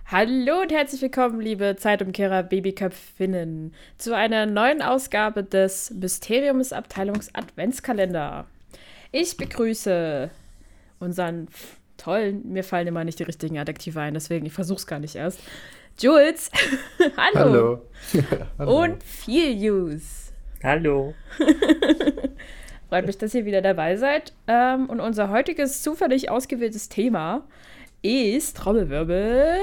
Hallo und herzlich willkommen, liebe Zeitumkehrer Babyköpfinnen, zu einer neuen Ausgabe des Mysteriumsabteilungs Adventskalender. Ich begrüße unseren tollen, mir fallen immer nicht die richtigen Adjektive ein, deswegen ich versuch's gar nicht erst. Jules, hallo. Hallo. Und Filius. Hallo. Freut mich, dass ihr wieder dabei seid. Und unser heutiges zufällig ausgewähltes Thema ist, Trommelwirbel,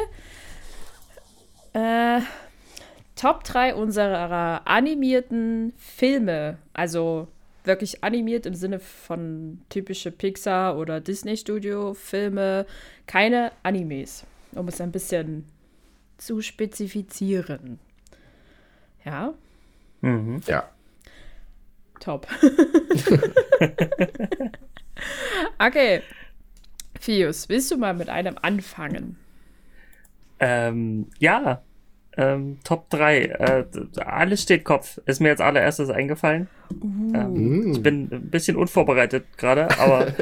Top 3 unserer animierten Filme. Also wirklich animiert im Sinne von typische Pixar- oder Disney-Studio-Filme. Keine Animes, um es ein bisschen zu spezifizieren. Ja? Ja. Top. Okay. Fius, willst du mal mit einem anfangen? Top 3. Alles steht Kopf. Ist mir als allererstes eingefallen. Ich bin ein bisschen unvorbereitet gerade, aber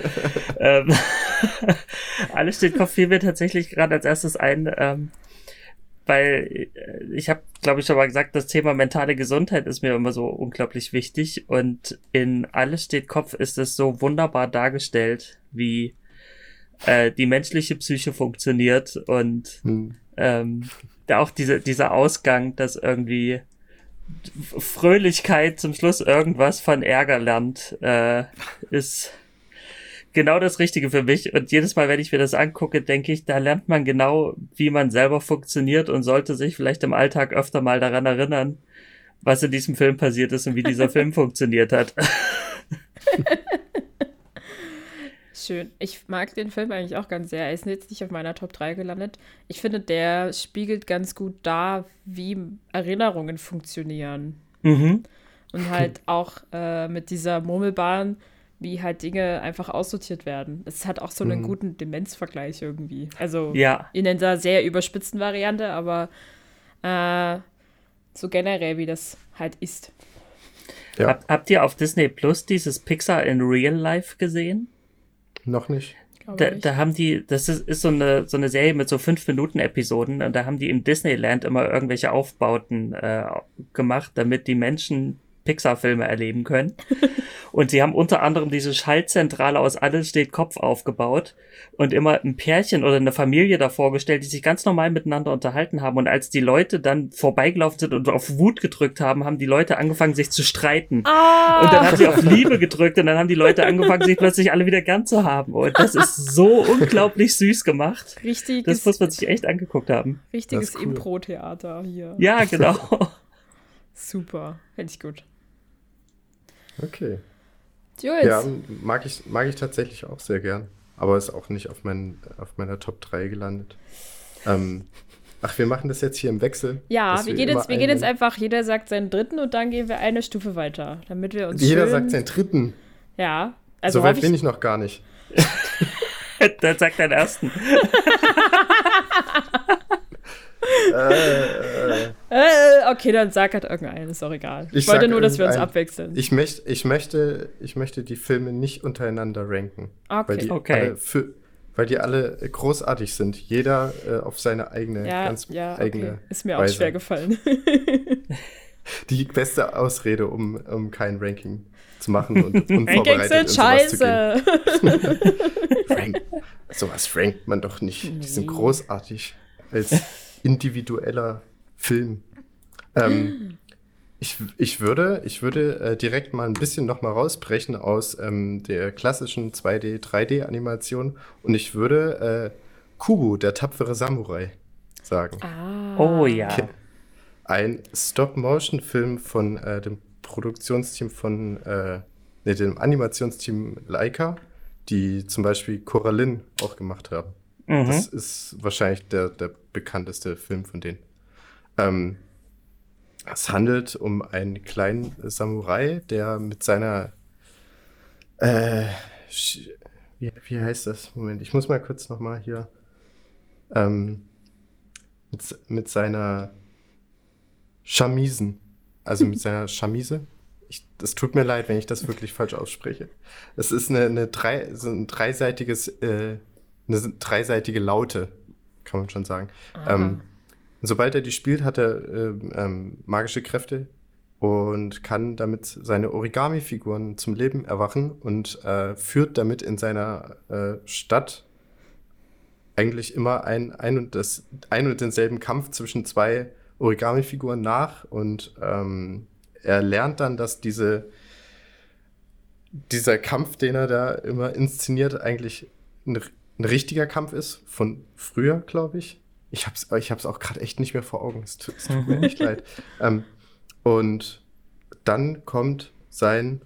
alles steht Kopf fiel mir tatsächlich gerade als erstes ein, weil ich habe, glaube ich, schon mal gesagt, das Thema mentale Gesundheit ist mir immer so unglaublich wichtig und in Alles steht Kopf ist es so wunderbar dargestellt, wie die menschliche Psyche funktioniert und da auch dieser Ausgang, dass irgendwie Fröhlichkeit zum Schluss irgendwas von Ärger lernt, ist genau das Richtige für mich. Und jedes Mal, wenn ich mir das angucke, denke ich, da lernt man genau, wie man selber funktioniert und sollte sich vielleicht im Alltag öfter mal daran erinnern, was in diesem Film passiert ist und wie dieser Film funktioniert hat. Schön. Ich mag den Film eigentlich auch ganz sehr. Er ist jetzt nicht auf meiner Top 3 gelandet. Ich finde, der spiegelt ganz gut dar, wie Erinnerungen funktionieren. Mhm. Und halt auch mit dieser Murmelbahn, wie halt Dinge einfach aussortiert werden. Es hat auch so einen guten Demenzvergleich irgendwie. Also Ja. in einer sehr überspitzten Variante, aber so generell, wie das halt ist. Ja. Habt ihr auf Disney Plus dieses Pixar in Real Life gesehen? Noch nicht. Da haben die, das ist so eine Serie mit so 5-Minuten-Episoden und da haben die im Disneyland immer irgendwelche Aufbauten gemacht, damit die Menschen Pixar-Filme erleben können. Und sie haben unter anderem diese Schaltzentrale aus Alles steht Kopf aufgebaut und immer ein Pärchen oder eine Familie davor gestellt, die sich ganz normal miteinander unterhalten haben. Und als die Leute dann vorbeigelaufen sind und auf Wut gedrückt haben, haben die Leute angefangen, sich zu streiten. Und dann haben sie auf Liebe gedrückt und dann haben die Leute angefangen, sich plötzlich alle wieder gern zu haben. Und das ist so unglaublich süß gemacht. Das muss man sich echt angeguckt haben. Richtiges cool. Impro-Theater hier. Ja, genau. Super. Finde ich gut. Okay. Jules. Ja, mag ich tatsächlich auch sehr gern. Aber ist auch nicht auf meiner Top 3 gelandet. Wir machen das jetzt hier im Wechsel. Ja, dass wir gehen jetzt einen- einfach, jeder sagt seinen dritten und dann gehen wir eine Stufe weiter, damit wir uns Jeder schön, sagt seinen dritten. Ja, also So weit bin ich noch gar nicht. Dann sagt deinen ersten. Okay, dann sag halt irgendeinen, ist auch egal. Ich sag wollte nur, dass wir uns irgendeinen. abwechseln. Ich möchte die Filme nicht untereinander ranken. Okay. Weil die alle großartig sind. Jeder auf seine eigene, okay. eigene Ist mir Weise. auch schwer gefallen. Die beste Ausrede, um kein Ranking zu machen und Rankings unvorbereitet in sind sowas zu gehen. scheiße. Sowas rankt man doch nicht. Die sind großartig als individueller Film. Ich würde direkt mal ein bisschen noch mal rausbrechen aus der klassischen 2D, 3D-Animation und ich würde Kubo, der tapfere Samurai, sagen. Oh ja. Ein Stop-Motion-Film von dem Produktionsteam dem Animationsteam Laika, die zum Beispiel Coraline auch gemacht haben. Das ist wahrscheinlich der bekannteste Film von denen. Es handelt um einen kleinen Samurai, der mit seiner wie heißt das? Moment, ich muss mal kurz nochmal hier mit seiner Chamisen, also mit seiner Chamise. Es tut mir leid, wenn ich das wirklich falsch ausspreche. Es ist eine dreiseitige Laute. kann man schon sagen. Ah. Sobald er die spielt, hat er magische Kräfte und kann damit seine Origami-Figuren zum Leben erwachen und führt damit in seiner Stadt eigentlich immer ein und denselben Kampf zwischen zwei Origami-Figuren nach und er lernt dann, dass dieser Kampf, den er da immer inszeniert, eigentlich ein richtiger Kampf ist, von früher, glaube ich. Ich hab's auch gerade echt nicht mehr vor Augen. Es tut mir echt leid. Und dann kommt sein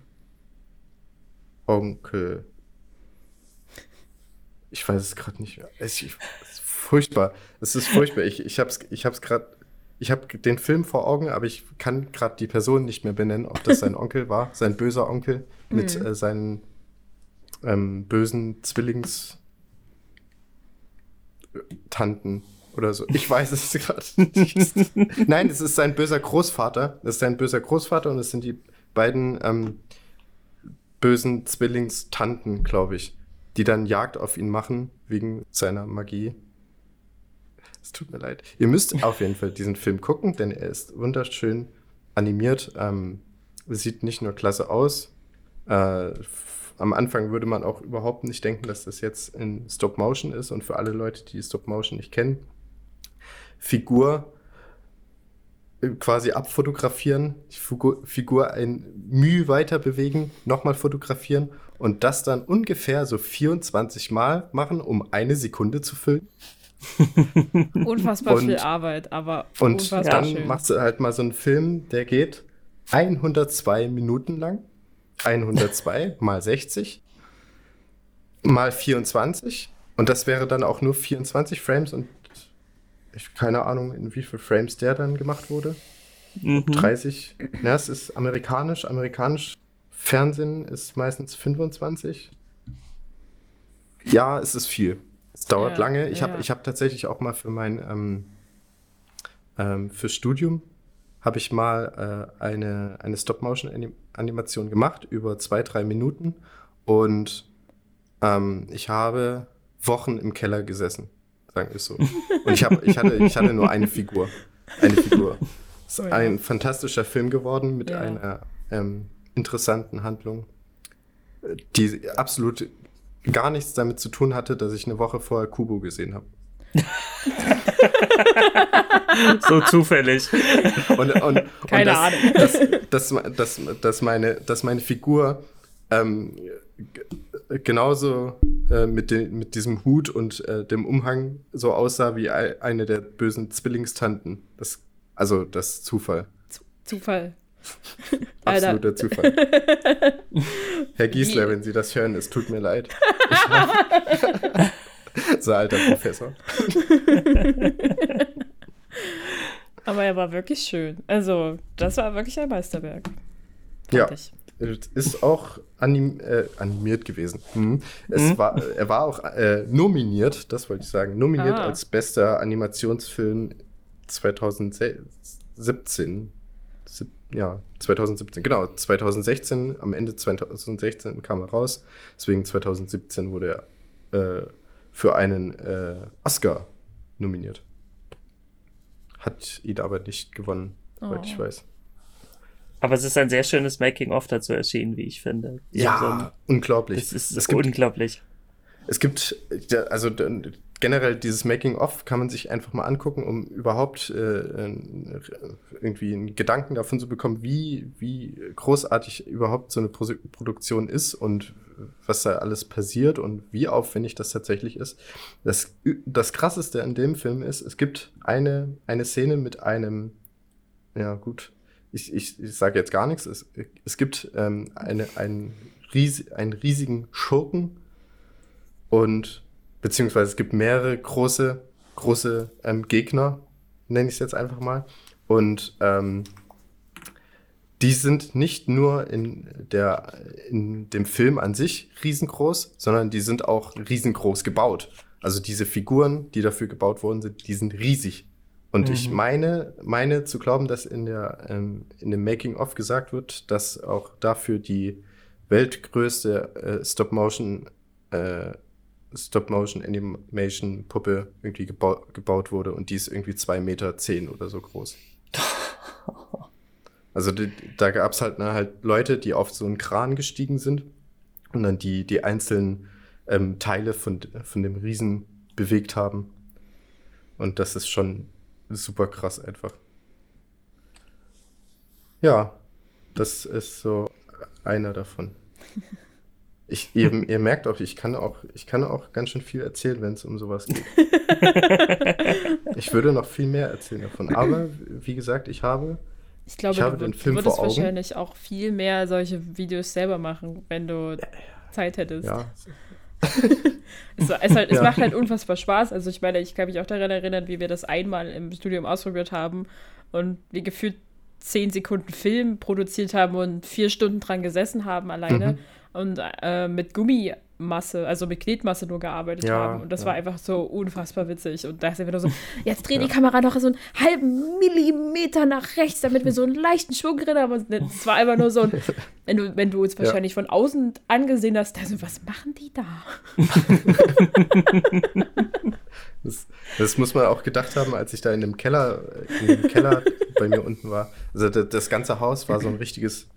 Onkel. Ich weiß es gerade nicht mehr. Es ist furchtbar. Es ist furchtbar. Ich habe den Film vor Augen, aber ich kann gerade die Person nicht mehr benennen, ob das sein Onkel war, sein böser Onkel mit seinen bösen Zwillingstanten oder so. Ich weiß es gerade nicht. Nein, es ist sein böser Großvater. Es ist sein böser Großvater und es sind die beiden bösen Zwillingstanten, glaube ich, die dann Jagd auf ihn machen wegen seiner Magie. Es tut mir leid. Ihr müsst auf jeden Fall diesen Film gucken, denn er ist wunderschön animiert. Sieht nicht nur klasse aus. Am Anfang würde man auch überhaupt nicht denken, dass das jetzt in Stop-Motion ist. Und für alle Leute, die Stop-Motion nicht kennen, Figur quasi abfotografieren, die Figur ein Mühe weiter bewegen, nochmal fotografieren und das dann ungefähr so 24 Mal machen, um eine Sekunde zu füllen. Unfassbar viel Arbeit, aber unfassbar und dann schön. machst du halt mal so einen Film, der geht 102 Minuten lang. 102 mal 60 mal 24 und das wäre dann auch nur 24 Frames und ich habe keine Ahnung, in wie viel Frames der dann gemacht wurde. 30. Ja, es ist amerikanisch. Fernsehen ist meistens 25. Ja, es ist viel. Es dauert lange. Ich hab tatsächlich auch mal für mein fürs Studium habe ich mal eine Stop-Motion-Animation gemacht über 2-3 Minuten und ich habe Wochen im Keller gesessen, sagen wir es so. Und ich hatte nur eine Figur. Es ist ein fantastischer Film geworden mit einer interessanten Handlung, die absolut gar nichts damit zu tun hatte, dass ich eine Woche vorher Kubo gesehen habe. So zufällig. Keine Ahnung. Dass meine Figur genauso mit diesem Hut und dem Umhang so aussah wie eine der bösen Zwillingstanten. Das Zufall. Zufall. Absoluter Zufall. Herr Giesler, wenn Sie das hören, es tut mir leid. So alter Professor. Aber er war wirklich schön. Also, das war wirklich ein Meisterwerk. Ja, ist auch animiert gewesen. Er war auch nominiert, das wollte ich sagen, als bester Animationsfilm 2017. Ja, 2017, genau. 2016, am Ende 2016 kam er raus. Deswegen 2017 wurde er für einen Oscar nominiert. Hat ihn aber nicht gewonnen, soweit ich weiß. Aber es ist ein sehr schönes Making-of dazu erschienen, wie ich finde. Ja, unglaublich. Es ist unglaublich. Es gibt, also generell dieses Making-of kann man sich einfach mal angucken, um überhaupt irgendwie einen Gedanken davon zu bekommen, wie großartig überhaupt so eine Produktion ist und was da alles passiert und wie aufwendig das tatsächlich ist. Das Krasseste an dem Film ist, es gibt eine Szene mit einem, ja gut, ich sage jetzt gar nichts, es gibt einen riesigen Schurken und beziehungsweise es gibt mehrere große Gegner, nenne ich es jetzt einfach mal. Und die sind nicht nur in dem Film an sich riesengroß, sondern die sind auch riesengroß gebaut. Also diese Figuren, die dafür gebaut worden sind, die sind riesig. Und ich meine zu glauben, dass in dem Making-of gesagt wird, dass auch dafür die weltgrößte Stop-Motion Stop-Motion-Animation-Puppe irgendwie gebaut wurde und die ist irgendwie 2,10 Meter oder so groß. Also da gab es halt Leute, die auf so einen Kran gestiegen sind und dann die einzelnen Teile von dem Riesen bewegt haben. Und das ist schon super krass einfach. Ja, das ist so einer davon. Ihr merkt auch, ich kann auch ganz schön viel erzählen, wenn es um sowas geht. Ich würde noch viel mehr erzählen davon. Aber wie gesagt, ich habe den Film du vor würdest Augen. wahrscheinlich auch viel mehr solche Videos selber machen, wenn du Zeit hättest. Ja. Es macht halt unfassbar Spaß. Also ich meine, ich kann mich auch daran erinnern, wie wir das einmal im Studium ausprobiert haben und wir gefühlt 10 Sekunden Film produziert haben und 4 Stunden dran gesessen haben alleine und mit Gummimasse, also mit Knetmasse nur gearbeitet haben. Und das war einfach so unfassbar witzig. Und da ist er wieder so, jetzt dreh die Kamera noch so einen halben Millimeter nach rechts, damit wir so einen leichten Schwung drin haben. Und es war einfach nur so ein, wenn du uns wahrscheinlich von außen angesehen hast, also was machen die da? Das muss man auch gedacht haben, als ich da in dem Keller bei mir unten war. Also das ganze Haus war so ein richtiges,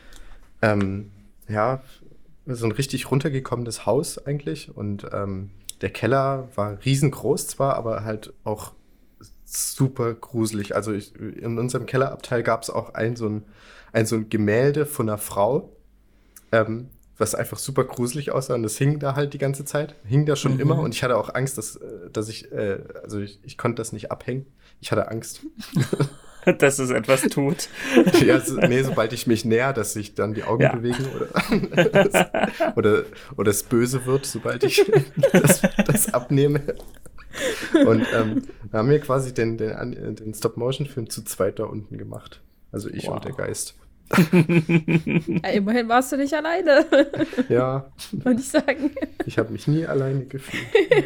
so ein richtig runtergekommenes Haus eigentlich. Und der Keller war riesengroß zwar, aber halt auch super gruselig. Also in unserem Kellerabteil gab es auch ein so ein Gemälde von einer Frau, was einfach super gruselig aussah. Und das hing da halt die ganze Zeit. Hing da schon immer. Und ich hatte auch Angst, dass ich konnte das nicht abhängen. Ich hatte Angst. Dass es etwas tut. Ja, sobald ich mich näher, dass sich dann die Augen bewegen oder es böse wird, sobald ich das abnehme. Und da haben wir quasi den Stop-Motion-Film zu zweit da unten gemacht. Also ich und der Geist. Ja, immerhin warst du nicht alleine. Ja. Wollte ich sagen. Ich habe mich nie alleine gefühlt.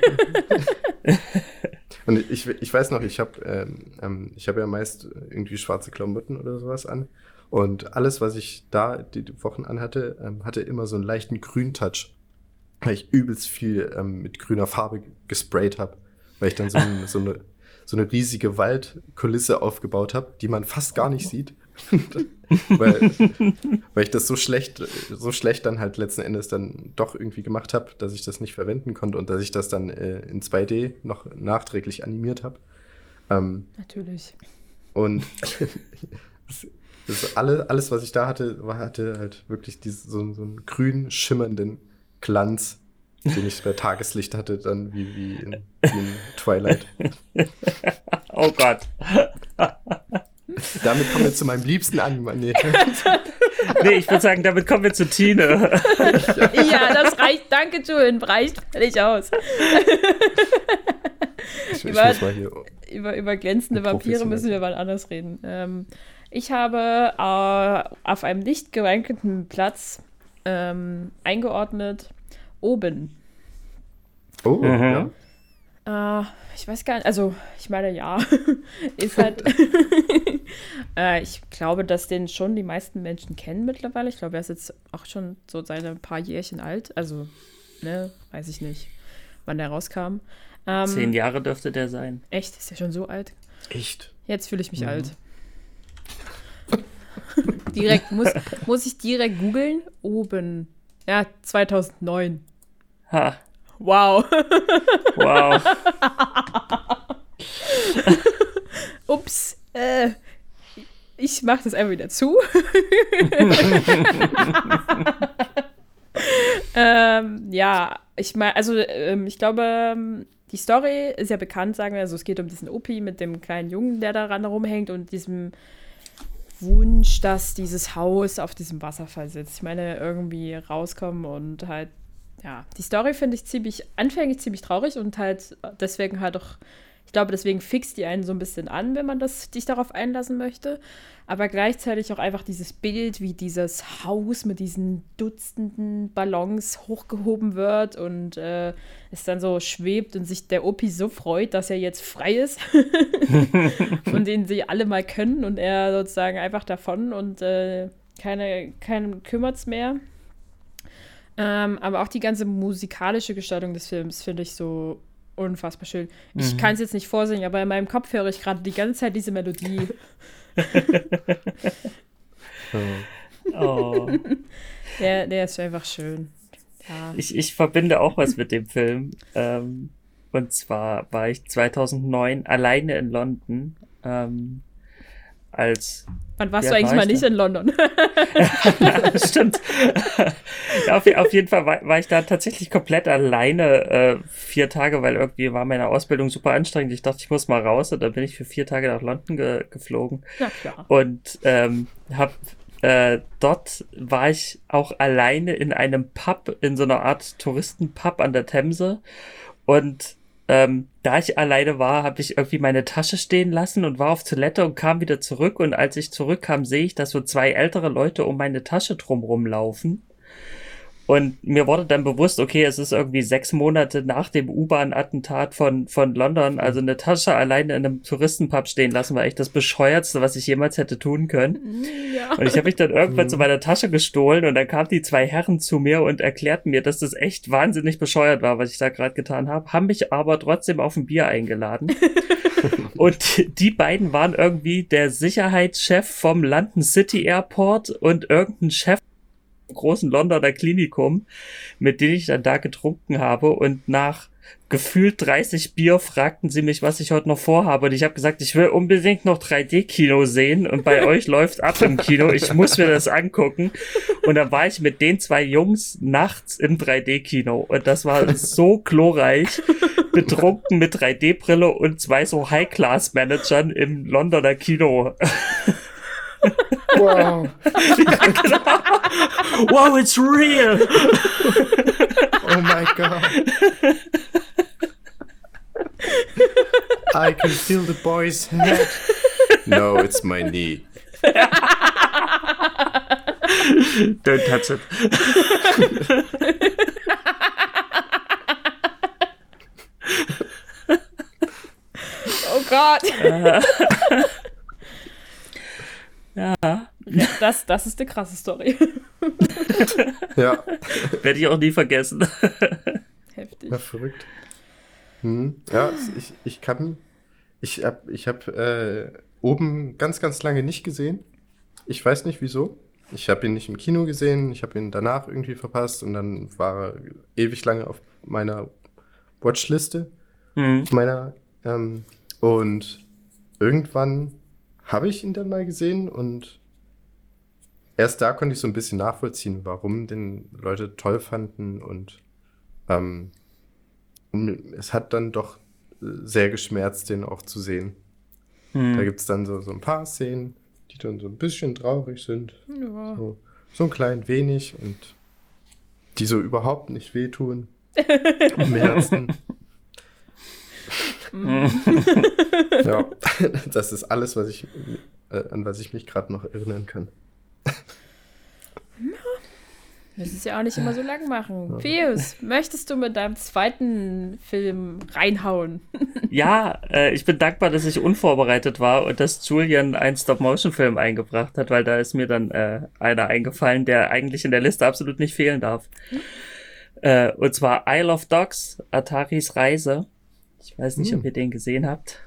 Und ich weiß noch, ich habe ja meist irgendwie schwarze Klamotten oder sowas an. Und alles, was ich da die Wochen anhatte, hatte immer so einen leichten Grün-Touch. Weil ich übelst viel mit grüner Farbe gesprayt habe. Weil ich dann so eine riesige Waldkulisse aufgebaut habe, die man fast gar nicht sieht. weil ich das so schlecht dann halt letzten Endes dann doch irgendwie gemacht habe, dass ich das nicht verwenden konnte und dass ich das dann in 2D noch nachträglich animiert habe. Natürlich. Und alles, was ich da hatte, hatte halt wirklich so einen grün schimmernden Glanz, den ich bei Tageslicht hatte, dann wie in Twilight. Oh Gott. Damit kommen wir zu meinem liebsten Anime. Nee, ich würde sagen, damit kommen wir zu Tine. Ja, das reicht. Danke, Julian. Reicht nicht aus. Ich muss mal hier über glänzende Vampire müssen wir mal anders reden. Ich habe auf einem nicht gerankten Platz eingeordnet oben. Oh, ja. Ich weiß gar nicht, also ich meine, ja, ist halt, ich glaube, dass den schon die meisten Menschen kennen mittlerweile. Ich glaube, er ist jetzt auch schon so seine paar Jährchen alt, also, ne, weiß ich nicht, wann der rauskam. 10 Jahre dürfte der sein. Echt? Ist der schon so alt? Echt? Jetzt fühle ich mich alt. Muss ich direkt googeln? Oben. Ja, 2009. Ha. Wow. Wow. Ups. Ich mache das einfach wieder zu. Ja, ich meine, also ich glaube, die Story ist ja bekannt, sagen wir. Also es geht um diesen Opi mit dem kleinen Jungen, der daran rumhängt und diesem Wunsch, dass dieses Haus auf diesem Wasserfall sitzt. Ich meine, irgendwie rauskommen und halt, ja, die Story finde ich anfänglich ziemlich traurig und halt deswegen halt auch, ich glaube, deswegen fixt die einen so ein bisschen an, wenn man sich darauf einlassen möchte. Aber gleichzeitig auch einfach dieses Bild, wie dieses Haus mit diesen Dutzenden Ballons hochgehoben wird und es dann so schwebt und sich der Opi so freut, dass er jetzt frei ist, von denen sie alle mal können und er sozusagen einfach davon und keinen kümmert's mehr. Aber auch die ganze musikalische Gestaltung des Films finde ich so unfassbar schön. Ich kann es jetzt nicht vorsingen, aber in meinem Kopf höre ich gerade die ganze Zeit diese Melodie. Oh. Der ist einfach schön. Ja. Ich verbinde auch was mit dem Film. Und zwar war ich 2009 alleine in London. Wann warst du eigentlich mal nicht in London? Stimmt. Ja, auf jeden Fall war ich da tatsächlich komplett alleine 4 Tage, weil irgendwie war meine Ausbildung super anstrengend. Ich dachte, ich muss mal raus und dann bin ich für 4 Tage nach London geflogen. Ja, klar. Und dort war ich auch alleine in einem Pub, in so einer Art Touristenpub an der Themse. Und da ich alleine war, habe ich irgendwie meine Tasche stehen lassen und war auf Toilette und kam wieder zurück. Und als ich zurückkam, sehe ich, dass so 2 ältere Leute um meine Tasche drumrum laufen. Und mir wurde dann bewusst, okay, es ist irgendwie 6 Monate nach dem U-Bahn-Attentat von London. Also eine Tasche alleine in einem Touristenpub stehen lassen, war echt das Bescheuertste, was ich jemals hätte tun können. Ja. Und ich habe mich dann irgendwann zu meiner Tasche gestohlen und dann kamen die 2 Herren zu mir und erklärten mir, dass das echt wahnsinnig bescheuert war, was ich da gerade getan habe, haben mich aber trotzdem auf ein Bier eingeladen. Und die beiden waren irgendwie der Sicherheitschef vom London City Airport und irgendein Chef großen Londoner Klinikum, mit denen ich dann da getrunken habe, und nach gefühlt 30 Bier fragten sie mich, was ich heute noch vorhabe, und ich habe gesagt, ich will unbedingt noch 3D-Kino sehen und bei euch läuft ab im Kino, ich muss mir das angucken, und dann war ich mit den 2 Jungs nachts im 3D-Kino und das war so glorreich, betrunken mit 3D-Brille und 2 so High-Class-Managern im Londoner Kino. Wow. Ja, genau. Wow, it's real. Oh my God. I can feel the boy's head. No, it's my knee. Don't touch it. Oh Gott. Ja. Das ist eine krasse Story. Ja. Werde ich auch nie vergessen. Heftig. Ja, verrückt. Ja, ich habe oben ganz, ganz lange nicht gesehen. Ich weiß nicht wieso. Ich habe ihn nicht im Kino gesehen, ich habe ihn danach irgendwie verpasst und dann war er ewig lange auf meiner Watchliste. Auf meiner, und irgendwann habe ich ihn dann mal gesehen und erst da konnte ich so ein bisschen nachvollziehen, warum den Leute toll fanden, und es hat dann doch sehr geschmerzt, den auch zu sehen. Da gibt es dann so ein paar Szenen, die dann so ein bisschen traurig sind. Ja. So ein klein wenig und die so überhaupt nicht wehtun. Im Herzen. Ja, das ist alles, an was ich mich gerade noch erinnern kann. Das ist ja auch nicht immer so lang machen. Pius, möchtest du mit deinem zweiten Film reinhauen? Ja, ich bin dankbar, dass ich unvorbereitet war und dass Julian einen Stop-Motion-Film eingebracht hat, weil da ist mir dann einer eingefallen, der eigentlich in der Liste absolut nicht fehlen darf. Und zwar Isle of Dogs, Ataris Reise. Ich weiß nicht, ob ihr den gesehen habt.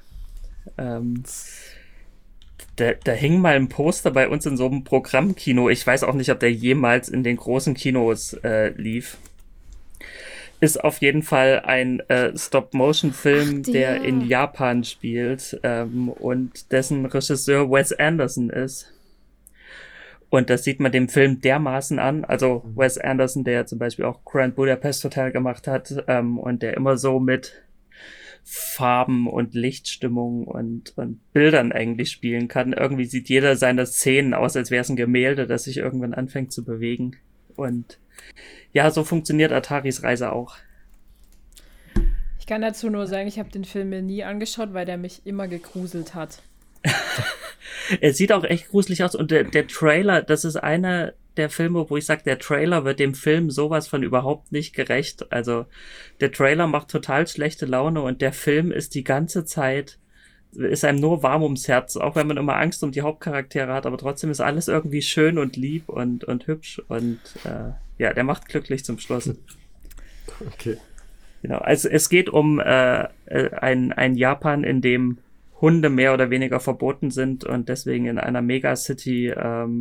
Da hing mal ein Poster bei uns in so einem Programmkino. Ich weiß auch nicht, ob der jemals in den großen Kinos lief. Ist auf jeden Fall ein Stop-Motion-Film, der in Japan spielt und dessen Regisseur Wes Anderson ist. Und das sieht man dem Film dermaßen an. Also Wes Anderson, der zum Beispiel auch Grand Budapest Hotel gemacht hat und der immer so mit Farben und Lichtstimmung und Bildern eigentlich spielen kann. Irgendwie sieht jeder seiner Szenen aus, als wäre es ein Gemälde, das sich irgendwann anfängt zu bewegen. Und ja, so funktioniert Ataris Reise auch. Ich kann dazu nur sagen, ich habe den Film mir nie angeschaut, weil der mich immer gegruselt hat. Er sieht auch echt gruselig aus und der Trailer, das ist einer der Filme, wo ich sage, der Trailer wird dem Film sowas von überhaupt nicht gerecht. Also der Trailer macht total schlechte Laune und der Film ist die ganze Zeit, ist einem nur warm ums Herz, auch wenn man immer Angst um die Hauptcharaktere hat, aber trotzdem ist alles irgendwie schön und lieb und hübsch und Ja, der macht glücklich zum Schluss. Okay. Genau, also es geht um ein Japan, in dem Hunde mehr oder weniger verboten sind und deswegen in einer Megacity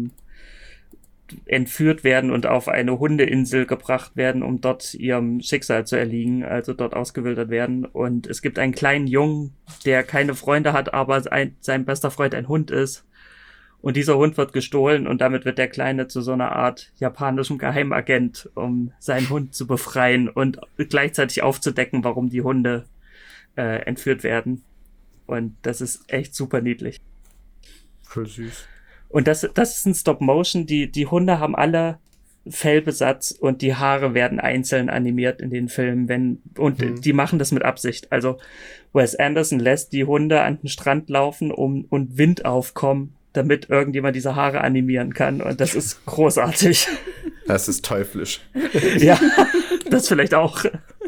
entführt werden und auf eine Hundeinsel gebracht werden, um dort ihrem Schicksal zu erliegen, also dort ausgewildert werden. Und es gibt einen kleinen Jungen, der keine Freunde hat, aber sein bester Freund ein Hund ist. Und dieser Hund wird gestohlen und damit wird der Kleine zu so einer Art japanischem Geheimagent, um seinen Hund zu befreien und gleichzeitig aufzudecken, warum die Hunde entführt werden. Und das ist echt super niedlich. Voll süß. Und das ist ein Stop-Motion. Die Hunde haben alle Fellbesatz und die Haare werden einzeln animiert in den Filmen. Die machen das mit Absicht. Also Wes Anderson lässt die Hunde an den Strand laufen und Wind aufkommen, damit irgendjemand diese Haare animieren kann. Und das ist großartig. Das ist teuflisch. Ja, das vielleicht auch.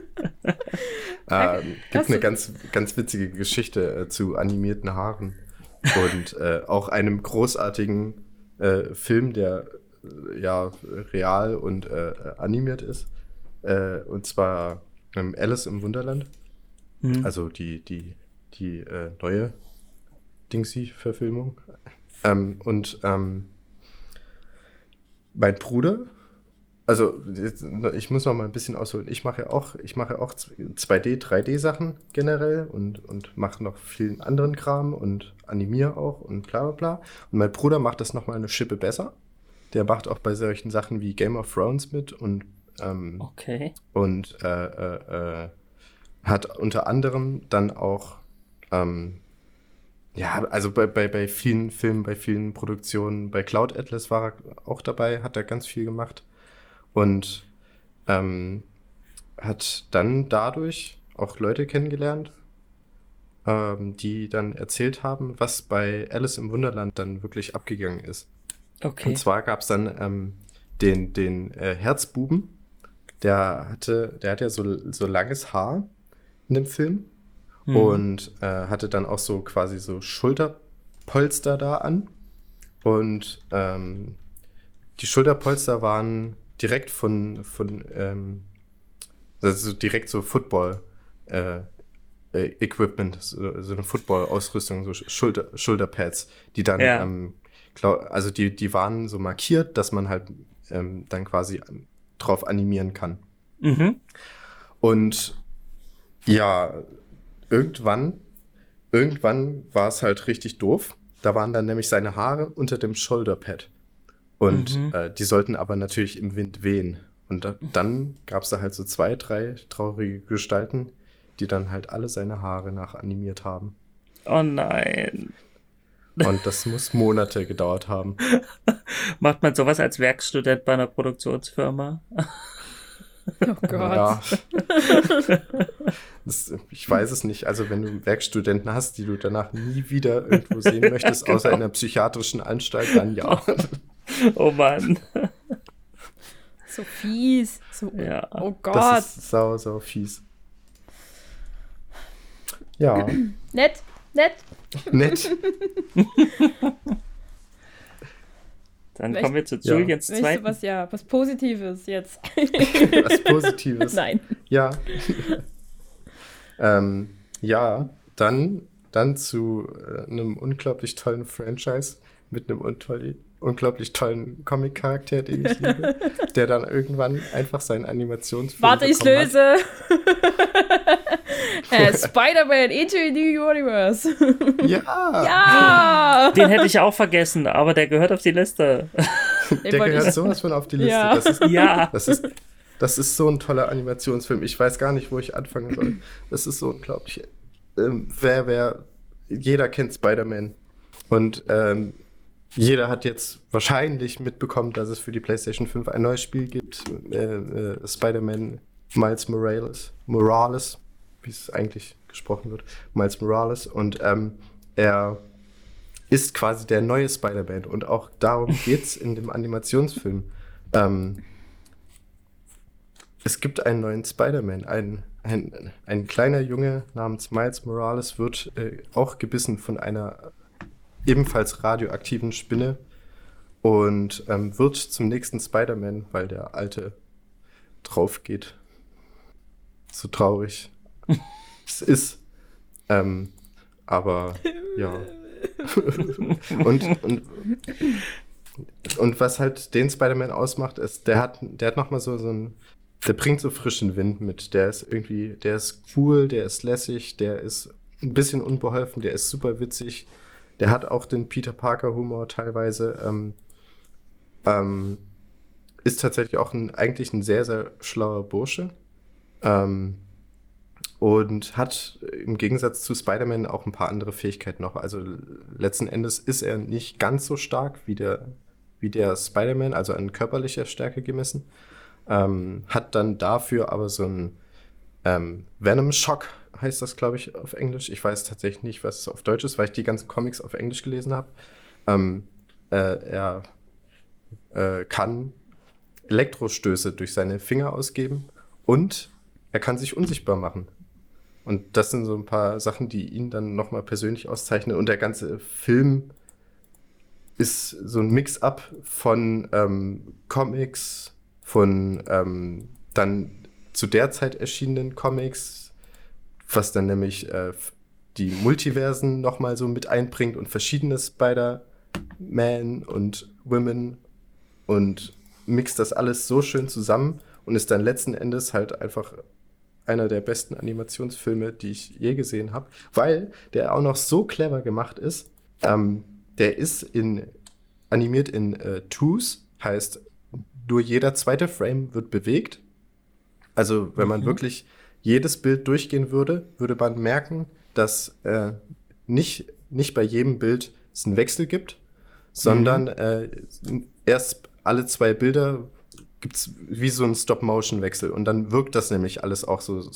Gibt eine ganz, ganz witzige Geschichte zu animierten Haaren. Und auch einem großartigen Film, der real und animiert ist. Und zwar Alice im Wunderland. Mhm. Also die neue Dingsy-Verfilmung. Mein Bruder, also ich muss noch mal ein bisschen ausholen. Ich mache ja auch 2D, 3D-Sachen generell und mache noch vielen anderen Kram und animiere auch und bla bla bla. Und mein Bruder macht das noch mal eine Schippe besser. Der macht auch bei solchen Sachen wie Game of Thrones mit und okay. Und hat unter anderem dann auch also bei vielen Filmen, bei vielen Produktionen, bei Cloud Atlas war er auch dabei, hat er ganz viel gemacht. Und hat dann dadurch auch Leute kennengelernt, die dann erzählt haben, was bei Alice im Wunderland dann wirklich abgegangen ist. Okay. Und zwar gab es dann den Herzbuben, der hat ja so langes Haar in dem Film und hatte dann auch so quasi so Schulterpolster da an. Und die Schulterpolster waren direkt also direkt so Football Equipment, so eine Football-Ausrüstung, so Schulterpads, die dann, also die waren so markiert, dass man halt dann quasi drauf animieren kann. Mhm. Und ja, irgendwann war es halt richtig doof. Da waren dann nämlich seine Haare unter dem Shoulderpad. Und die sollten aber natürlich im Wind wehen. Und dann gab es da halt so 2, 3 traurige Gestalten, die dann halt alle seine Haare nachanimiert haben. Oh nein. Und das muss Monate gedauert haben. Macht man sowas als Werkstudent bei einer Produktionsfirma? Oh Gott. Ja. Ich weiß es nicht. Also wenn du Werkstudenten hast, die du danach nie wieder irgendwo sehen möchtest, außer in einer psychiatrischen Anstalt, dann ja. Oh Mann. So fies. So, ja. Oh Gott. Das ist sau fies. Ja. Nett. Dann kommen wir zu Julians zweiten. Was Positives jetzt. Was Positives? Nein. Ja. Dann zu einem unglaublich tollen Franchise mit einem unglaublich tollen Comic-Charakter, den ich liebe, der dann irgendwann einfach seinen Animationsfilm Warte, ich löse. Spider-Man Into the New Universe. Ja! Den hätte ich auch vergessen, aber der gehört auf die Liste. Der gehört sowas von auf die Liste. Ja. Das ist so ein toller Animationsfilm. Ich weiß gar nicht, wo ich anfangen soll. Das ist so unglaublich. Jeder kennt Spider-Man. Und jeder hat jetzt wahrscheinlich mitbekommen, dass es für die PlayStation 5 ein neues Spiel gibt. Spider-Man Miles Morales, wie es eigentlich gesprochen wird. Miles Morales. Und er ist quasi der neue Spider-Man. Und auch darum geht's in dem Animationsfilm. Es gibt einen neuen Spider-Man. Ein kleiner Junge namens Miles Morales wird auch gebissen von einer ebenfalls radioaktiven Spinne und wird zum nächsten Spider-Man, weil der alte drauf geht. So traurig es ist. Aber ja. und was halt den Spider-Man ausmacht, ist, der hat nochmal der bringt so frischen Wind mit. Der ist cool, der ist lässig, der ist ein bisschen unbeholfen, der ist super witzig. Der hat auch den Peter Parker-Humor teilweise. Ist tatsächlich auch eigentlich ein sehr, sehr schlauer Bursche. Und hat im Gegensatz zu Spider-Man auch ein paar andere Fähigkeiten noch. Also letzten Endes ist er nicht ganz so stark wie der Spider-Man, also an körperlicher Stärke gemessen. Hat dann dafür aber so einen Venom-Shock, heißt das, glaube ich, auf Englisch. Ich weiß tatsächlich nicht, was es auf Deutsch ist, weil ich die ganzen Comics auf Englisch gelesen habe. Er kann Elektrostöße durch seine Finger ausgeben und er kann sich unsichtbar machen. Und das sind so ein paar Sachen, die ihn dann nochmal persönlich auszeichnen. Und der ganze Film ist so ein Mix-up von Comics, von dann zu der Zeit erschienenen Comics, was dann nämlich die Multiversen nochmal so mit einbringt und verschiedene Spider-Man und Women und mixt das alles so schön zusammen und ist dann letzten Endes halt einfach einer der besten Animationsfilme, die ich je gesehen habe, weil der auch noch so clever gemacht ist. Der ist animiert in Twos, heißt nur jeder zweite Frame wird bewegt. Also wenn man wirklich jedes Bild durchgehen würde, würde man merken, dass nicht bei jedem Bild es einen Wechsel gibt, sondern erst alle 2 Bilder gibt es wie so einen Stop-Motion-Wechsel. Und dann wirkt das nämlich alles auch so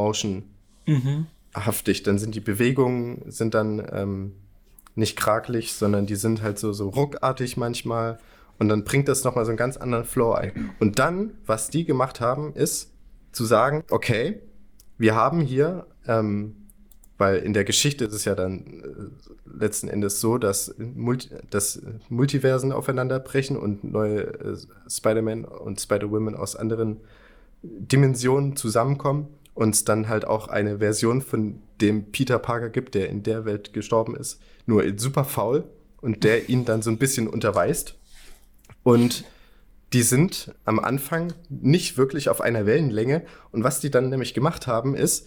Stop-Motion-haftig. Dann sind die Bewegungen dann nicht krakelig, sondern die sind halt so ruckartig manchmal. Und dann bringt das nochmal so einen ganz anderen Flow ein. Und dann, was die gemacht haben, ist zu sagen, okay, wir haben hier, weil in der Geschichte ist es ja dann letzten Endes so, dass Multiversen aufeinanderbrechen und neue Spider-Man und Spider-Women aus anderen Dimensionen zusammenkommen und es dann halt auch eine Version von dem Peter Parker gibt, der in der Welt gestorben ist, nur super faul und der ihn dann so ein bisschen unterweist. Und die sind am Anfang nicht wirklich auf einer Wellenlänge. Und was die dann nämlich gemacht haben, ist,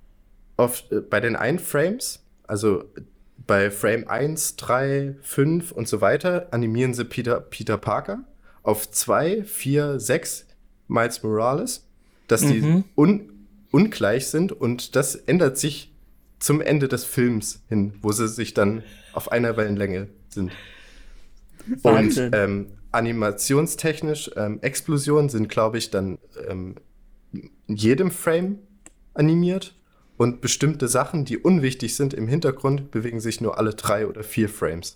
bei den einen Frames, also bei Frame 1, 3, 5 und so weiter, animieren sie Peter Parker. Auf 2, 4, 6 Miles Morales, dass die ungleich sind. Und das ändert sich zum Ende des Films hin, wo sie sich dann auf einer Wellenlänge sind. Wahnsinn. Und animationstechnisch, Explosionen sind, glaube ich, dann in jedem Frame animiert. Und bestimmte Sachen, die unwichtig sind im Hintergrund, bewegen sich nur alle 3 oder 4 Frames.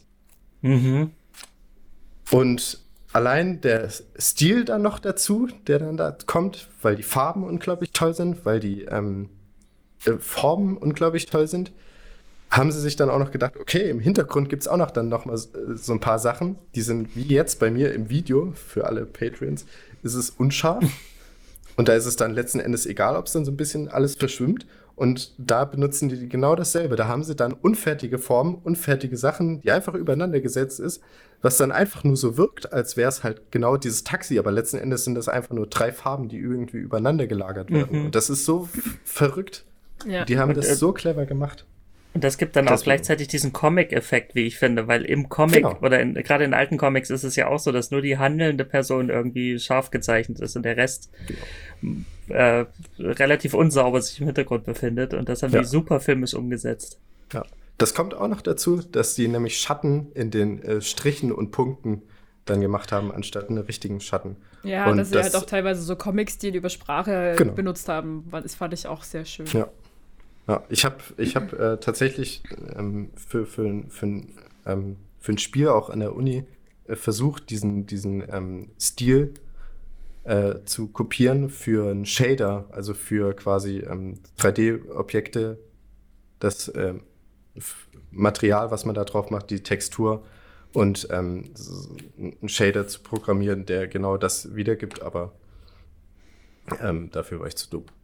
Und allein der Stil dann noch dazu, der dann da kommt, weil die Farben unglaublich toll sind, weil die Formen unglaublich toll sind, haben sie sich dann auch noch gedacht, okay, im Hintergrund gibt es auch noch mal so ein paar Sachen, die sind wie jetzt bei mir im Video, für alle Patreons, ist es unscharf. Und da ist es dann letzten Endes egal, ob es dann so ein bisschen alles verschwimmt. Und da benutzen die genau dasselbe. Da haben sie dann unfertige Formen, unfertige Sachen, die einfach übereinander gesetzt ist, was dann einfach nur so wirkt, als wäre es halt genau dieses Taxi. Aber letzten Endes sind das einfach nur 3 Farben, die irgendwie übereinander gelagert werden. Und das ist so verrückt. Ja. Die haben das so clever gemacht. Und das gibt dann auch gleichzeitig diesen Comic-Effekt, wie ich finde, weil im Comic oder gerade in alten Comics ist es ja auch so, dass nur die handelnde Person irgendwie scharf gezeichnet ist und der Rest relativ unsauber sich im Hintergrund befindet. Und das haben die super filmisch umgesetzt. Ja, das kommt auch noch dazu, dass die nämlich Schatten in den Strichen und Punkten dann gemacht haben, anstatt einen richtigen Schatten. Ja, und dass sie halt auch teilweise so Comic-Stil über Sprache benutzt haben. Das fand ich auch sehr schön. Ja, ich hab tatsächlich für ein Spiel auch an der Uni versucht, diesen Stil zu kopieren für einen Shader, also für quasi 3D-Objekte, das Material, was man da drauf macht, die Textur und so einen Shader zu programmieren, der genau das wiedergibt, aber dafür war ich zu dumm.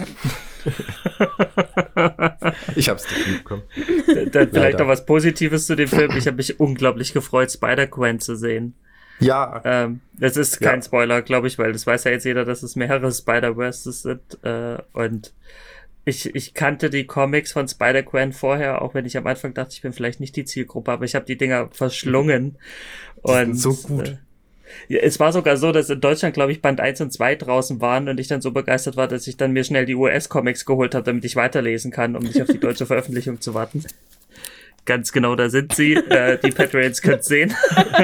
Ich hab's nicht mitbekommen. Dann vielleicht noch was Positives zu dem Film. Ich habe mich unglaublich gefreut, Spider-Gwen zu sehen. Ja. Das ist kein Spoiler, glaube ich, weil das weiß ja jetzt jeder, dass es mehrere Spider-Verses sind. Und ich kannte die Comics von Spider-Gwen vorher, auch wenn ich am Anfang dachte, ich bin vielleicht nicht die Zielgruppe, aber ich habe die Dinger verschlungen. Die sind so gut. Ja, es war sogar so, dass in Deutschland, glaube ich, Band 1 und 2 draußen waren und ich dann so begeistert war, dass ich dann mir schnell die US-Comics geholt habe, damit ich weiterlesen kann, um nicht auf die deutsche Veröffentlichung zu warten. Ganz genau, da sind sie. Die Patreons könnt sehen.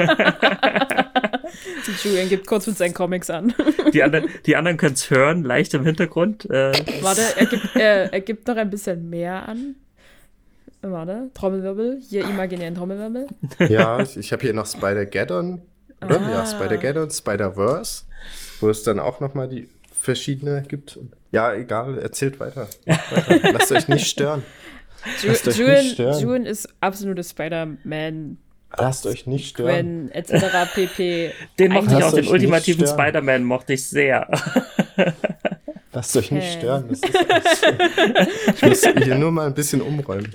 Julian gibt kurz mit seinen Comics an. Die anderen können es hören, leicht im Hintergrund. Warte, er gibt noch ein bisschen mehr an. Warte, Trommelwirbel. Hier imaginären Trommelwirbel. Ja, ich habe hier noch Spider-Geddon. Oder? Ja, Spider-Geddon, Spider-Verse, wo es dann auch nochmal die verschiedene gibt. Ja, egal, erzählt weiter. Lasst euch nicht stören. Julian ist absolutes Spider-Man. Lasst euch nicht stören. Gwen, etc. pp. Den mochte ich auch, den ultimativen Spider-Man mochte ich sehr. Lasst euch nicht stören. Das ist ich muss hier nur mal ein bisschen umräumen.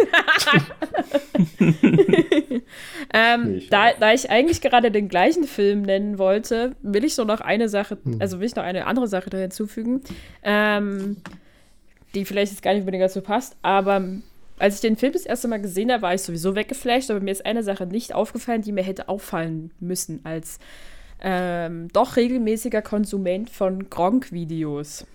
Da ich eigentlich gerade den gleichen Film nennen wollte, will ich noch eine andere Sache da hinzufügen, die vielleicht jetzt gar nicht unbedingt dazu passt, aber als ich den Film das erste Mal gesehen habe, war ich sowieso weggeflasht, aber mir ist eine Sache nicht aufgefallen, die mir hätte auffallen müssen als doch regelmäßiger Konsument von Gronk-Videos.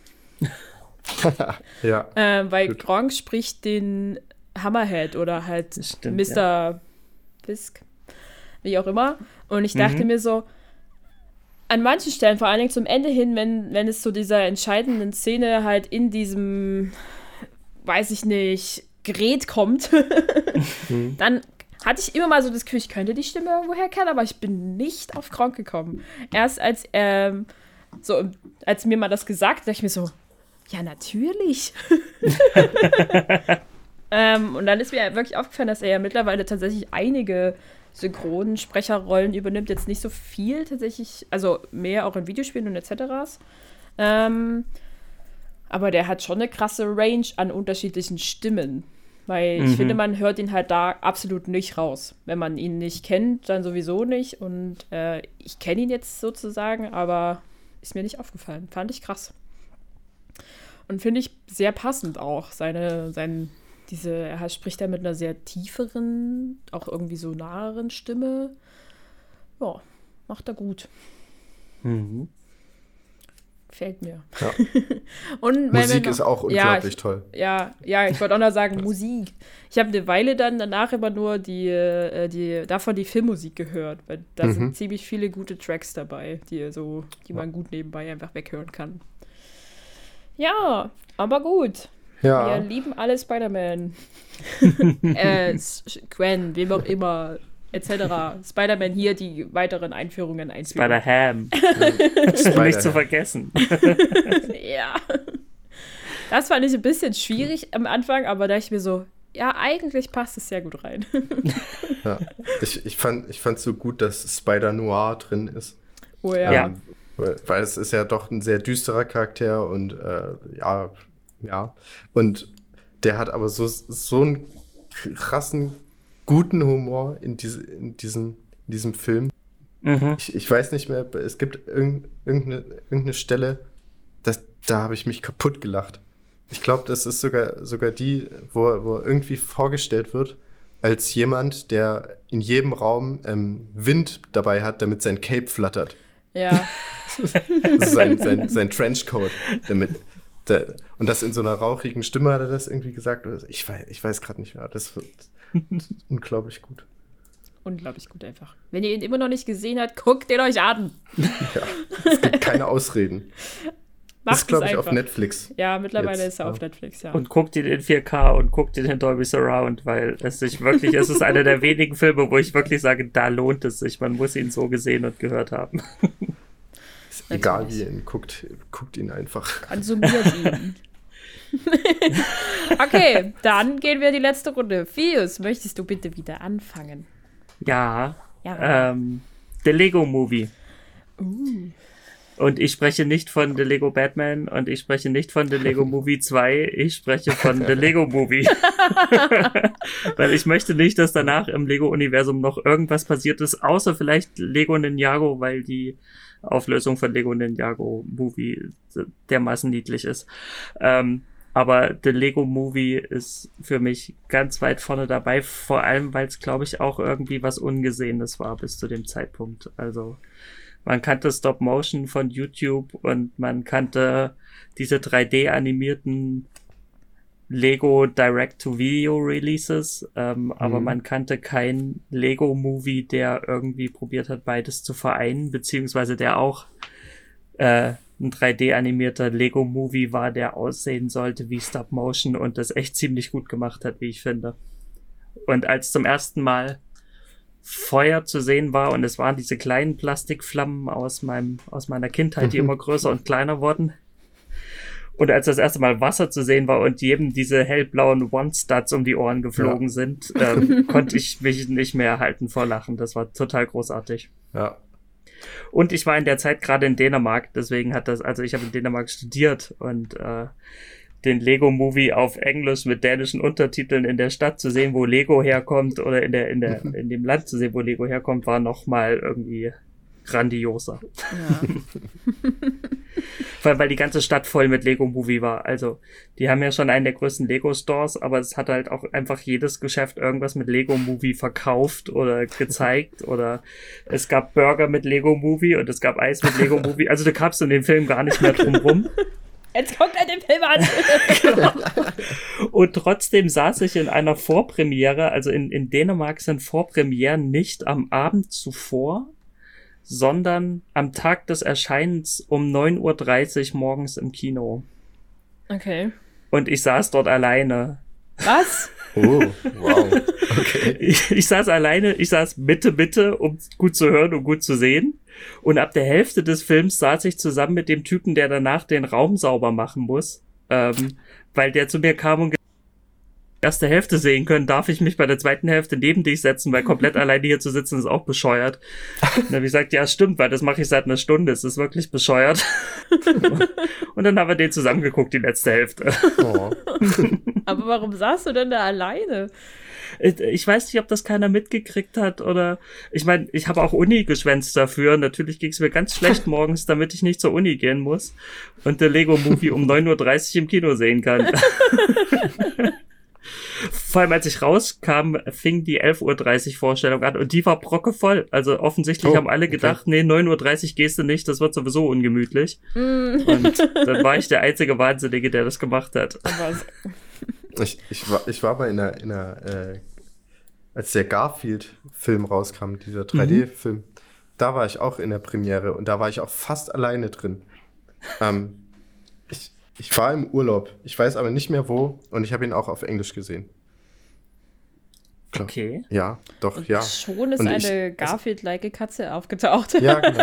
Ja. Weil gut. Gronk spricht den Hammerhead oder halt stimmt, Mr. Fisk, wie auch immer. Und ich dachte mir so, an manchen Stellen, vor allen Dingen zum Ende hin, wenn es zu dieser entscheidenden Szene halt in diesem, weiß ich nicht, Gerät kommt, dann hatte ich immer mal so das Gefühl, ich könnte die Stimme irgendwoher kennen, aber ich bin nicht auf Gronk gekommen. Erst als mir mal das gesagt, dachte ich mir so, ja, natürlich. Und dann ist mir wirklich aufgefallen, dass er ja mittlerweile tatsächlich einige Synchronsprecherrollen übernimmt. Jetzt nicht so viel tatsächlich, also mehr auch in Videospielen und etc. Aber der hat schon eine krasse Range an unterschiedlichen Stimmen. Weil ich finde, man hört ihn halt da absolut nicht raus. Wenn man ihn nicht kennt, dann sowieso nicht. Und ich kenne ihn jetzt sozusagen, aber ist mir nicht aufgefallen. Fand ich krass. Und finde ich sehr passend auch. Er spricht ja mit einer sehr tieferen, auch irgendwie so naheren Stimme. Ja, macht er gut. Gefällt mir. Ja. Und Musik ist auch unglaublich toll. Ja, ich wollte auch noch sagen, Musik. Ich habe eine Weile dann danach immer nur die Filmmusik gehört, weil da sind ziemlich viele gute Tracks dabei, die man gut nebenbei einfach weghören kann. Ja, aber gut. Ja. Wir lieben alle Spider-Man. Gwen, wem auch immer, etc. Spider-Man hier, die weiteren Einführungen einführen. Spider-Ham. Nicht zu vergessen. Ja. Das fand ich ein bisschen schwierig am Anfang, aber da ich mir so, ja, eigentlich passt es sehr gut rein. Ja. Ich fand so gut, dass Spider-Noir drin ist. Oh ja. Weil es ist ja doch ein sehr düsterer Charakter und ja. Und der hat aber so einen krassen, guten Humor in diesem Film. Ich weiß nicht mehr, es gibt irgendeine Stelle, da habe ich mich kaputt gelacht. Ich glaube, das ist sogar die, wo er irgendwie vorgestellt wird, als jemand, der in jedem Raum Wind dabei hat, damit sein Cape flattert. Ja. Das ist sein Trenchcoat. Und das in so einer rauchigen Stimme hat er das irgendwie gesagt. Ich weiß gerade nicht mehr. Das wird unglaublich gut. Unglaublich gut einfach. Wenn ihr ihn immer noch nicht gesehen habt, guckt ihn euch an. Ja, es gibt keine Ausreden. Das ist, glaube ich, auf Netflix. Ja, mittlerweile ist er auf Netflix, ja. Und guckt ihn in 4K und guckt ihn in Dolby Surround, weil es ist einer der wenigen Filme, wo ich wirklich sage, da lohnt es sich. Man muss ihn so gesehen und gehört haben. Ist egal, wie ihr ihn guckt ihn einfach. Konsumiert ihn. Okay, dann gehen wir in die letzte Runde. Fius, möchtest du bitte wieder anfangen? Ja, Ja. The Lego Movie. Und ich spreche nicht von The Lego Batman und ich spreche nicht von The Lego Movie 2, ich spreche von The Lego Movie. Weil ich möchte nicht, dass danach im Lego-Universum noch irgendwas passiert ist, außer vielleicht Lego Ninjago, weil die Auflösung von Lego Ninjago Movie dermaßen niedlich ist. Aber The Lego Movie ist für mich ganz weit vorne dabei, vor allem, weil es, glaube ich, auch irgendwie was Ungesehenes war bis zu dem Zeitpunkt. Also man kannte Stop-Motion von YouTube und man kannte diese 3D-animierten Lego Direct-to-Video-Releases, aber man kannte keinen Lego-Movie, der irgendwie probiert hat, beides zu vereinen, beziehungsweise der auch ein 3D-animierter Lego-Movie war, der aussehen sollte wie Stop-Motion und das echt ziemlich gut gemacht hat, wie ich finde. Und als zum ersten Mal Feuer zu sehen war und es waren diese kleinen Plastikflammen aus meiner Kindheit, die immer größer und kleiner wurden. Und als das erste Mal Wasser zu sehen war und jedem diese hellblauen One-Studs um die Ohren geflogen sind, konnte ich mich nicht mehr halten vor Lachen. Das war total großartig. Ja. Und ich war in der Zeit gerade in Dänemark, deswegen ich habe in Dänemark studiert und den Lego-Movie auf Englisch mit dänischen Untertiteln in der Stadt zu sehen, wo Lego herkommt, oder in dem Land zu sehen, wo Lego herkommt, war nochmal irgendwie grandioser. Ja. Vor allem, weil die ganze Stadt voll mit Lego-Movie war. Also, die haben ja schon einen der größten Lego-Stores, aber es hat halt auch einfach jedes Geschäft irgendwas mit Lego-Movie verkauft oder gezeigt, oder es gab Burger mit Lego-Movie und es gab Eis mit Lego-Movie. Also, du kamst in dem Film gar nicht mehr drum rum. Jetzt guckt er den Film an! Genau. Und trotzdem saß ich in einer Vorpremiere, also in Dänemark sind Vorpremieren nicht am Abend zuvor, sondern am Tag des Erscheinens um 9:30 Uhr morgens im Kino. Okay. Und ich saß dort alleine. Was? Oh, wow. Okay. Ich saß alleine, ich saß Mitte, um gut zu hören und gut zu sehen. Und ab der Hälfte des Films saß ich zusammen mit dem Typen, der danach den Raum sauber machen muss, weil der zu mir kam und erste Hälfte sehen können, darf ich mich bei der zweiten Hälfte neben dich setzen, weil komplett alleine hier zu sitzen ist auch bescheuert. Und dann habe ich gesagt, ja stimmt, weil das mache ich seit einer Stunde, es ist wirklich bescheuert. Und dann haben wir den zusammengeguckt, die letzte Hälfte. Oh. Aber warum saßt du denn da alleine? Ich weiß nicht, ob das keiner mitgekriegt hat oder, ich meine, ich habe auch Uni geschwänzt dafür. Natürlich ging es mir ganz schlecht morgens, damit ich nicht zur Uni gehen muss und der Lego Movie um 9:30 Uhr im Kino sehen kann. Vor allem, als ich rauskam, fing die 11:30 Uhr Vorstellung an und die war brockevoll. Also offensichtlich haben alle gedacht, nee, 9:30 Uhr gehst du nicht, das wird sowieso ungemütlich. Und dann war ich der einzige Wahnsinnige, der das gemacht hat. Ich war mal als der Garfield-Film rauskam, dieser 3D-Film, da war ich auch in der Premiere und da war ich auch fast alleine drin. Ich war im Urlaub, ich weiß aber nicht mehr wo und ich habe ihn auch auf Englisch gesehen. Klar. Okay. Ja, doch, Und ja. schon ist Und eine Garfield-like Katze aufgetaucht. Ja, genau.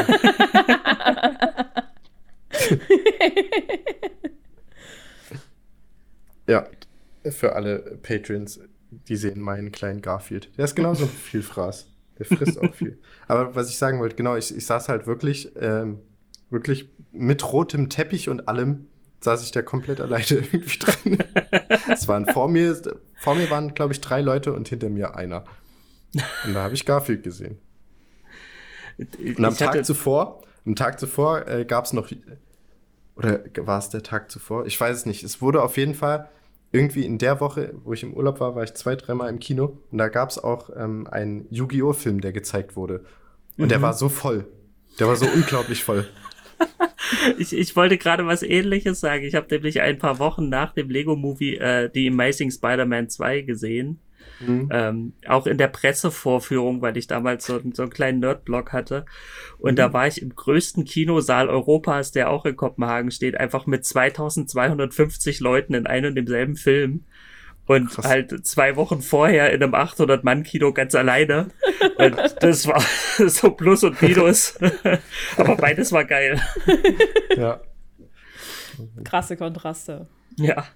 Ja, für alle Patrons, die sehen meinen kleinen Garfield. Der ist genauso viel Fraß. Der frisst auch viel. Aber was ich sagen wollte, genau, ich saß halt wirklich mit rotem Teppich und allem, saß ich da komplett alleine irgendwie drin. Es waren vor mir waren, glaube ich, 3 Leute und hinter mir einer. Und da habe ich Garfield gesehen. Und am Tag zuvor gab es noch, oder war es der Tag zuvor? Ich weiß es nicht. Es wurde auf jeden Fall irgendwie in der Woche, wo ich im Urlaub war ich 2-3 Mal im Kino und da gab es auch einen Yu-Gi-Oh! Film, der gezeigt wurde. Und der war so voll. Der war so unglaublich voll. Ich wollte gerade was Ähnliches sagen. Ich habe nämlich ein paar Wochen nach dem Lego-Movie die Amazing Spider-Man 2 gesehen. Auch in der Pressevorführung, weil ich damals so einen kleinen Nerd-Blog hatte. Und da war ich im größten Kinosaal Europas, der auch in Kopenhagen steht, einfach mit 2250 Leuten in einem und demselben Film. Und krass. Halt 2 Wochen vorher in einem 800-Mann-Kino ganz alleine. Und das war so Plus und Minus. Aber beides war geil. Ja. Krasse Kontraste. Ja.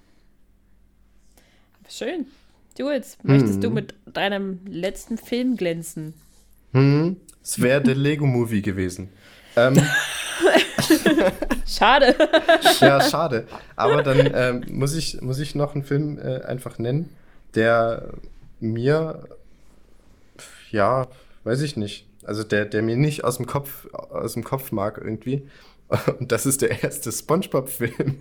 Schön. Jules, möchtest du mit deinem letzten Film glänzen? Es wäre der Lego-Movie gewesen. Schade. Ja, schade. Aber dann muss ich noch einen Film einfach nennen, der mir, ja, weiß ich nicht, also der mir nicht aus dem Kopf mag irgendwie. Und das ist der erste SpongeBob-Film.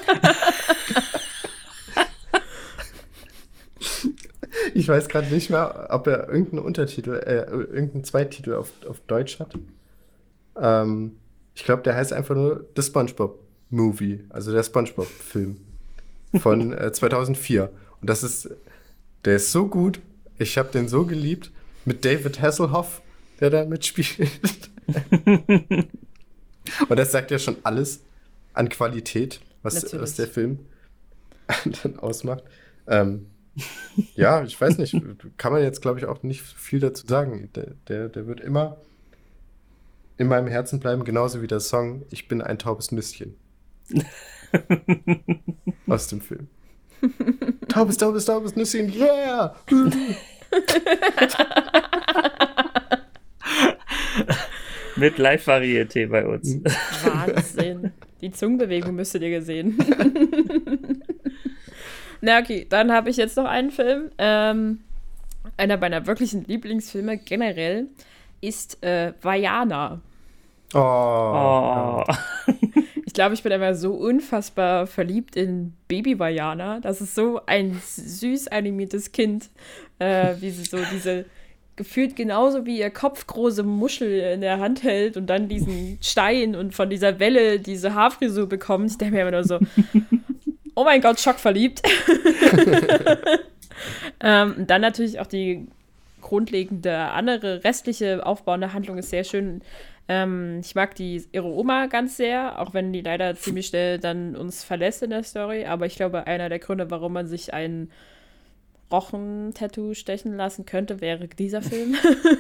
Ich weiß gerade nicht mehr, ob er irgendeinen Zweititel auf Deutsch hat. Ich glaube, der heißt einfach nur The SpongeBob Movie, also der SpongeBob-Film von 2004. Und der ist so gut, ich habe den so geliebt, mit David Hasselhoff, der da mitspielt. Und das sagt ja schon alles an Qualität, was der Film dann ausmacht. Ja, ich weiß nicht, kann man jetzt, glaube ich, auch nicht viel dazu sagen. Der wird immer in meinem Herzen bleiben, genauso wie der Song Ich bin ein taubes Nüsschen. Aus dem Film. Taubes Nüsschen, yeah! Mit Live-Varieté bei uns. Wahnsinn. Die Zungenbewegung müsstet ihr gesehen. Na okay, dann habe ich jetzt noch einen Film. Einer meiner wirklichen Lieblingsfilme generell ist Vaiana. Oh. Ja. Ich glaube, ich bin einfach so unfassbar verliebt in Baby Vaiana. Das ist so ein süß animiertes Kind, wie sie so diese gefühlt genauso wie ihr kopfgroße Muschel in der Hand hält und dann diesen Stein und von dieser Welle diese Haarfrisur bekommt. Ich denke mir immer nur so, oh mein Gott, schockverliebt. Und dann natürlich auch die grundlegende andere restliche aufbauende Handlung ist sehr schön. Ich mag ihre Oma ganz sehr, auch wenn die leider ziemlich schnell dann uns verlässt in der Story. Aber ich glaube, einer der Gründe, warum man sich ein Rochen-Tattoo stechen lassen könnte, wäre dieser Film.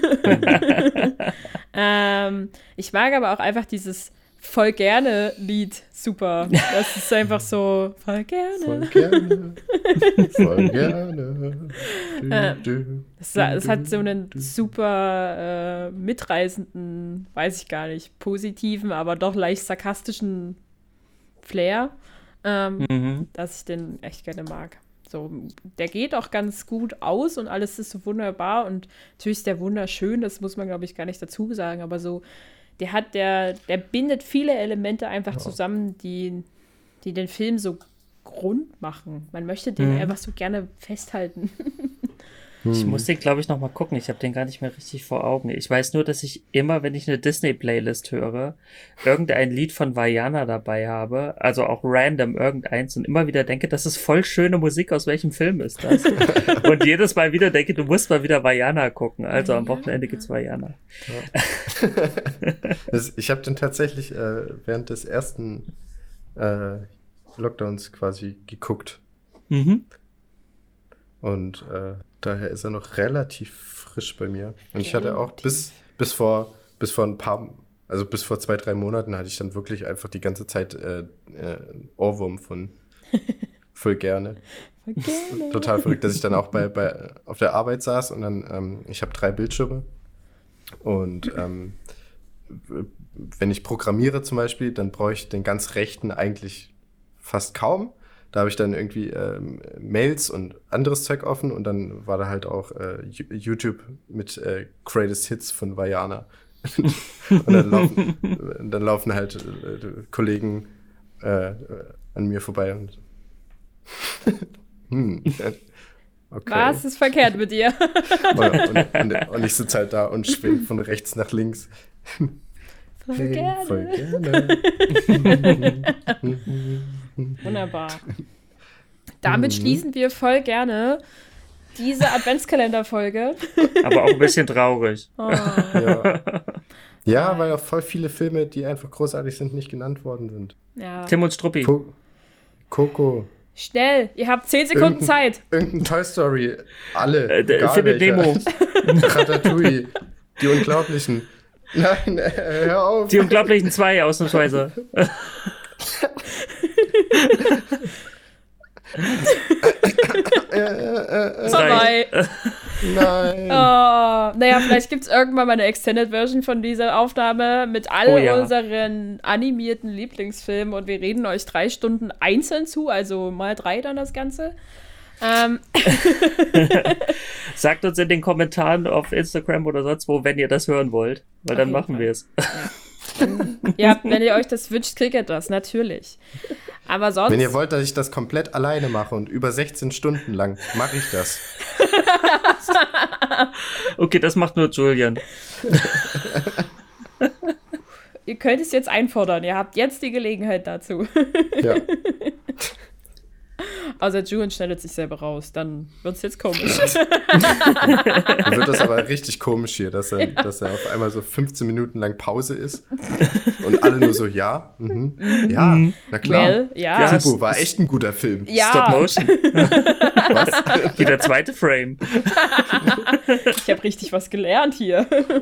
Ich mag aber auch einfach dieses voll gerne Lied super. Das ist einfach so voll gerne. Voll gerne. Voll gerne. Es hat so einen super mitreißenden, weiß ich gar nicht, positiven, aber doch leicht sarkastischen Flair, dass ich den echt gerne mag. So, der geht auch ganz gut aus und alles ist so wunderbar und natürlich ist der wunderschön, das muss man, glaube ich, gar nicht dazu sagen, aber so der bindet viele Elemente einfach zusammen, die den Film so rund machen. Man möchte den einfach so gerne festhalten. Ich muss den, glaube ich, noch mal gucken. Ich habe den gar nicht mehr richtig vor Augen. Ich weiß nur, dass ich immer, wenn ich eine Disney-Playlist höre, irgendein Lied von Vaiana dabei habe, also auch random irgendeins und immer wieder denke, das ist voll schöne Musik, aus welchem Film ist das? Und jedes Mal wieder denke, du musst mal wieder Vaiana gucken. Also am Wochenende gibt's Vaiana. Ja. Ich habe den tatsächlich während des ersten Lockdowns quasi geguckt. Und daher ist er noch relativ frisch bei mir. Und ich hatte auch bis vor 2-3 Monaten hatte ich dann wirklich einfach die ganze Zeit Ohrwurm von voll gerne. Total verrückt, dass ich dann auch auf der Arbeit saß und dann, ich habe 3 Bildschirme und wenn ich programmiere zum Beispiel, dann brauche ich den ganz rechten eigentlich fast kaum. Da habe ich dann irgendwie Mails und anderes Zeug offen und dann war da halt auch YouTube mit Greatest Hits von Vaiana. Und dann laufen halt Kollegen an mir vorbei und okay. Was ist verkehrt mit dir? und ich sitze halt da und schwinge von rechts nach links. Voll gerne. Voll gerne. Wunderbar. Damit schließen wir voll gerne diese Adventskalender-Folge. Aber auch ein bisschen traurig. Oh. Ja, weil auch voll viele Filme, die einfach großartig sind, nicht genannt worden sind. Ja. Tim und Struppi. Coco. Schnell, ihr habt 10 Sekunden Zeit. Irgendein Toy Story. Alle. Findet Nemo. Ratatouille. Die Unglaublichen. Nein, hör auf. Die Unglaublichen 2 ausnahmsweise. Bye. Nein. Naja, vielleicht gibt es irgendwann mal eine Extended Version von dieser Aufnahme mit all unseren animierten Lieblingsfilmen und wir reden euch 3 Stunden einzeln zu, also mal 3 dann das Ganze. Sagt uns in den Kommentaren auf Instagram oder sonst wo, wenn ihr das hören wollt, weil dann machen wir es. Ja, wenn ihr euch das wünscht, kriegt ihr das, natürlich. Aber sonst... Wenn ihr wollt, dass ich das komplett alleine mache und über 16 Stunden lang, mache ich das. Okay, das macht nur Julian. Ihr könnt es jetzt einfordern, ihr habt jetzt die Gelegenheit dazu. Ja. Außer Julian schneidet sich selber raus, dann wird es jetzt komisch. Dann wird das aber richtig komisch hier, dass er auf einmal so 15 Minuten lang Pause ist und alle nur so, ja, na klar. Well, ja. Kubo war echt ein guter Film. Ja. Stop Motion. Was? Hier der zweite Frame. Ich habe richtig was gelernt hier.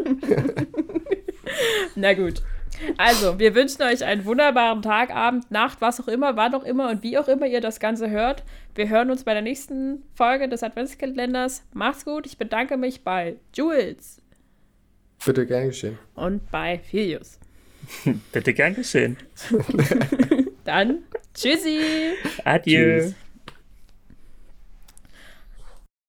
Na gut. Also, wir wünschen euch einen wunderbaren Tag, Abend, Nacht, was auch immer, wann auch immer und wie auch immer ihr das Ganze hört. Wir hören uns bei der nächsten Folge des Adventskalenders. Macht's gut, ich bedanke mich bei Jules. Bitte, gern geschehen. Und bei Filius. Bitte gern geschehen. Dann, tschüssi. Adieu. Tschüss.